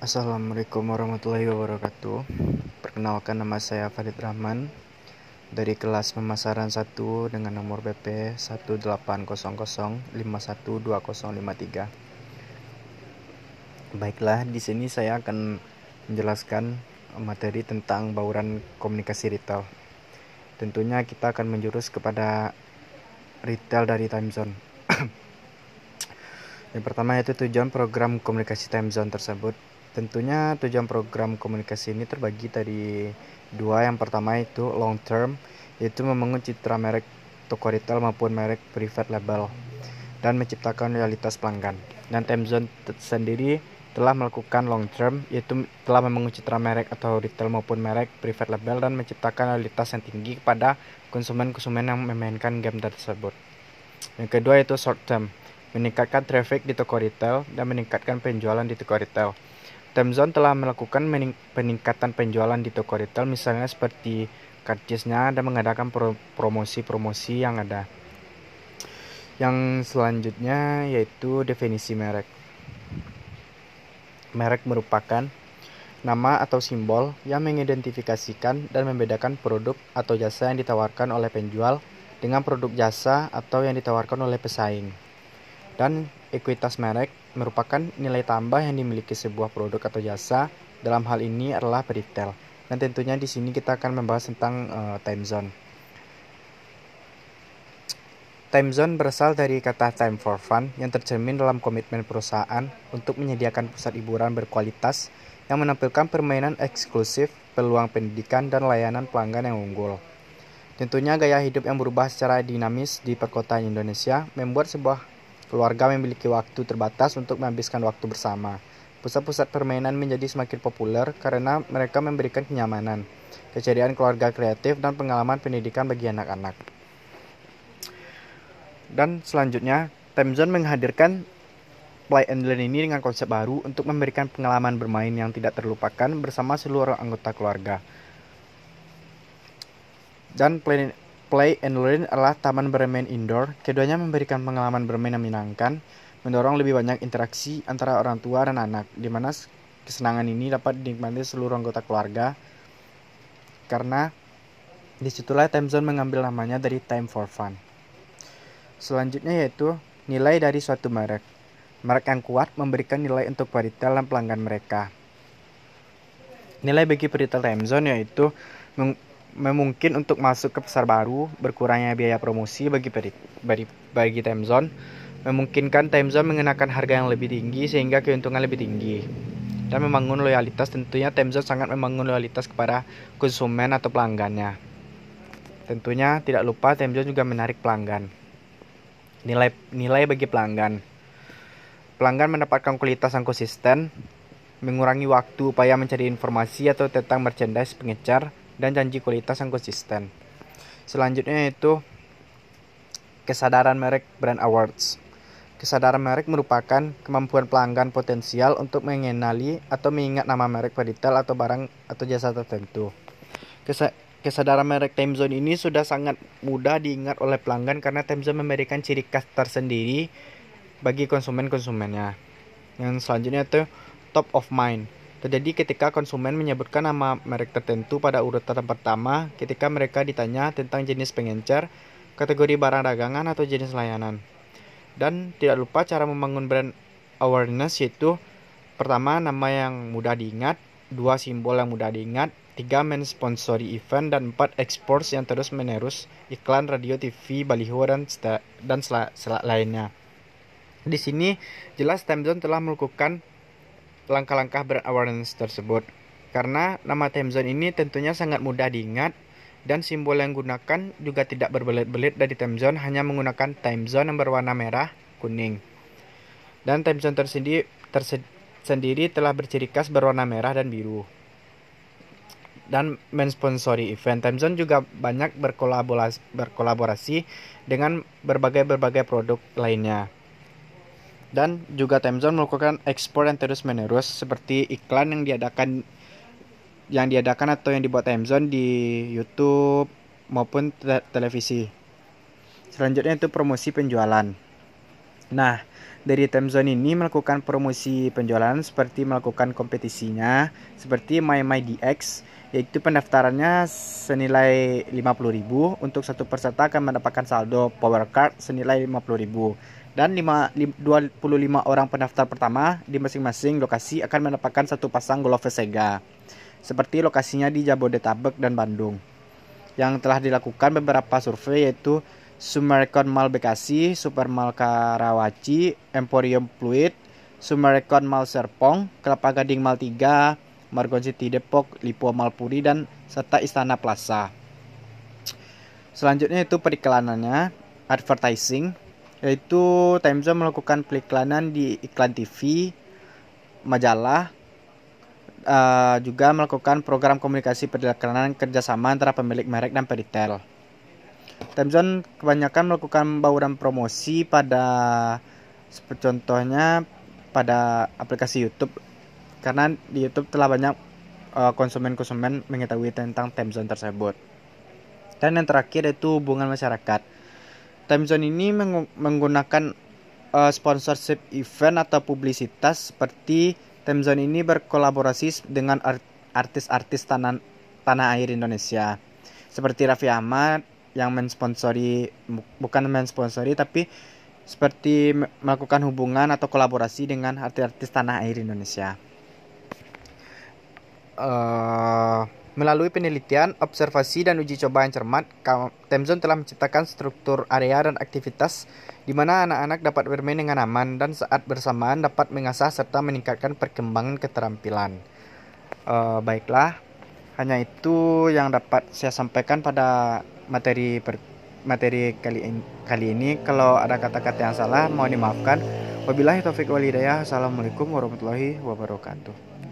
Assalamualaikum warahmatullahi wabarakatuh. Perkenalkan, nama saya Farid Rahman dari kelas pemasaran 1 dengan nomor BP 18005120053. Baiklah, di sini saya akan menjelaskan materi tentang bauran komunikasi retail. Tentunya kita akan menjurus kepada retail dari time zone. Yang pertama yaitu tujuan program komunikasi time zone tersebut. Tentunya tujuan program komunikasi ini terbagi dari dua. Yang pertama itu long term, yaitu membangun citra merek toko retail maupun merek private label dan menciptakan loyalitas pelanggan. Dan time zone sendiri telah melakukan long term, yaitu telah membangun citra merek atau retail maupun merek private label dan menciptakan loyalitas yang tinggi kepada konsumen-konsumen yang memainkan game tersebut. Yang kedua yaitu short term, meningkatkan traffic di toko retail dan meningkatkan penjualan di toko retail. Time zone telah melakukan peningkatan penjualan di toko retail, misalnya seperti karcisnya dan mengadakan promosi-promosi yang ada. Yang selanjutnya yaitu definisi merek. Merek merupakan nama atau simbol yang mengidentifikasikan dan membedakan produk atau jasa yang ditawarkan oleh penjual dengan produk jasa atau yang ditawarkan oleh pesaing. Dan ekuitas merek merupakan nilai tambah yang dimiliki sebuah produk atau jasa. Dalam hal ini adalah retail. Dan tentunya di sini kita akan membahas tentang time zone. Time zone berasal dari kata time for fun yang tercermin dalam komitmen perusahaan untuk menyediakan pusat hiburan berkualitas yang menampilkan permainan eksklusif, peluang pendidikan, dan layanan pelanggan yang unggul. Tentunya gaya hidup yang berubah secara dinamis di perkotaan Indonesia membuat sebuah keluarga memiliki waktu terbatas untuk menghabiskan waktu bersama. Pusat-pusat permainan menjadi semakin populer karena mereka memberikan kenyamanan, keceriaan keluarga kreatif, dan pengalaman pendidikan bagi anak-anak. Dan selanjutnya, time zone menghadirkan play and learn ini dengan konsep baru untuk memberikan pengalaman bermain yang tidak terlupakan bersama seluruh anggota keluarga. Dan play and learn adalah taman bermain indoor. Keduanya memberikan pengalaman bermain yang menyenangkan, mendorong lebih banyak interaksi antara orang tua dan anak, di mana kesenangan ini dapat dinikmati seluruh anggota keluarga. Karena disitulah time zone mengambil namanya dari time for fun. Selanjutnya yaitu nilai dari suatu merek. Merek yang kuat memberikan nilai untuk retail dan pelanggan mereka. Nilai bagi retail time zone yaitu memungkinkan untuk masuk ke pasar baru, berkurangnya biaya promosi bagi time zone, memungkinkan time zone mengenakan harga yang lebih tinggi sehingga keuntungan lebih tinggi, dan membangun loyalitas. Tentunya time zone sangat membangun loyalitas kepada konsumen atau pelanggannya. Tentunya tidak lupa time zone juga menarik pelanggan. Nilai bagi pelanggan. Pelanggan mendapatkan kualitas yang konsisten, mengurangi waktu upaya mencari informasi atau tentang merchandise pengecar, dan janji kualitas yang konsisten. Selanjutnya yaitu kesadaran merek brand awards. Kesadaran merek merupakan kemampuan pelanggan potensial untuk mengenali atau mengingat nama merek retail atau barang atau jasa tertentu. Kesadaran merek time zone ini sudah sangat mudah diingat oleh pelanggan karena time zone memberikan ciri khas tersendiri bagi konsumennya. Yang selanjutnya itu top of mind. Terjadi ketika konsumen menyebutkan nama merek tertentu pada urutan pertama ketika mereka ditanya tentang jenis pengencer, kategori barang dagangan, atau jenis layanan. Dan tidak lupa cara membangun brand awareness, yaitu pertama, nama yang mudah diingat, 2, simbol yang mudah diingat, 3, mensponsori event, dan 4, expose yang terus menerus, iklan, radio, TV, baliho, dan lainnya. Di sini jelas time zone telah melakukan langkah-langkah brand awareness tersebut. Karena nama time zone ini tentunya sangat mudah diingat, dan simbol yang digunakan juga tidak berbelit-belit dari time zone, hanya menggunakan time zone yang berwarna merah, kuning. Dan time zone tersendiri telah berciri khas berwarna merah dan biru. Dan mensponsori event. Time zone juga banyak berkolaborasi dengan berbagai produk lainnya. Dan juga time zone melakukan ekspor yang terus menerus seperti iklan yang diadakan atau yang dibuat time zone di YouTube maupun televisi. Selanjutnya itu promosi penjualan. Nah, dari Timezone ini melakukan promosi penjualan seperti melakukan kompetisinya seperti MyDX, yaitu pendaftarannya senilai 50.000. Untuk satu peserta akan mendapatkan saldo power card senilai 50.000, dan 25 orang pendaftar pertama di masing-masing lokasi akan mendapatkan satu pasang Glove Sega, seperti lokasinya di Jabodetabek dan Bandung. Yang telah dilakukan beberapa survei yaitu Sumarekon Mall Bekasi, Supermall Karawaci, Emporium Fluid, Sumarekon Mall Serpong, Kelapa Gading Mall 3, Margon City Depok, Lipo Mall Puri, dan serta Istana Plaza. Selanjutnya itu periklanannya, advertising, yaitu Timezone melakukan periklanan di iklan TV, majalah, juga melakukan program komunikasi periklanan kerjasama antara pemilik merek dan peritel. Timezone kebanyakan melakukan bauran promosi pada contohnya pada aplikasi YouTube, karena di YouTube telah banyak konsumen-konsumen mengetahui tentang Timezone tersebut. Dan yang terakhir itu hubungan masyarakat. Timezone ini menggunakan sponsorship event atau publisitas, seperti Timezone ini berkolaborasi dengan artis-artis tanah air Indonesia seperti Raffi Ahmad yang bukan mensponsori tapi seperti melakukan hubungan atau kolaborasi dengan artis-artis tanah air Indonesia. Melalui penelitian, observasi, dan uji coba yang cermat, Timezone telah menciptakan struktur area dan aktivitas di mana anak-anak dapat bermain dengan aman dan saat bersamaan dapat mengasah serta meningkatkan perkembangan keterampilan. Baiklah, hanya itu yang dapat saya sampaikan pada materi kali ini. Kalau ada kata-kata yang salah mohon dimaafkan. Wabillahi taufiq wal hidayah. Assalamualaikum warahmatullahi wabarakatuh.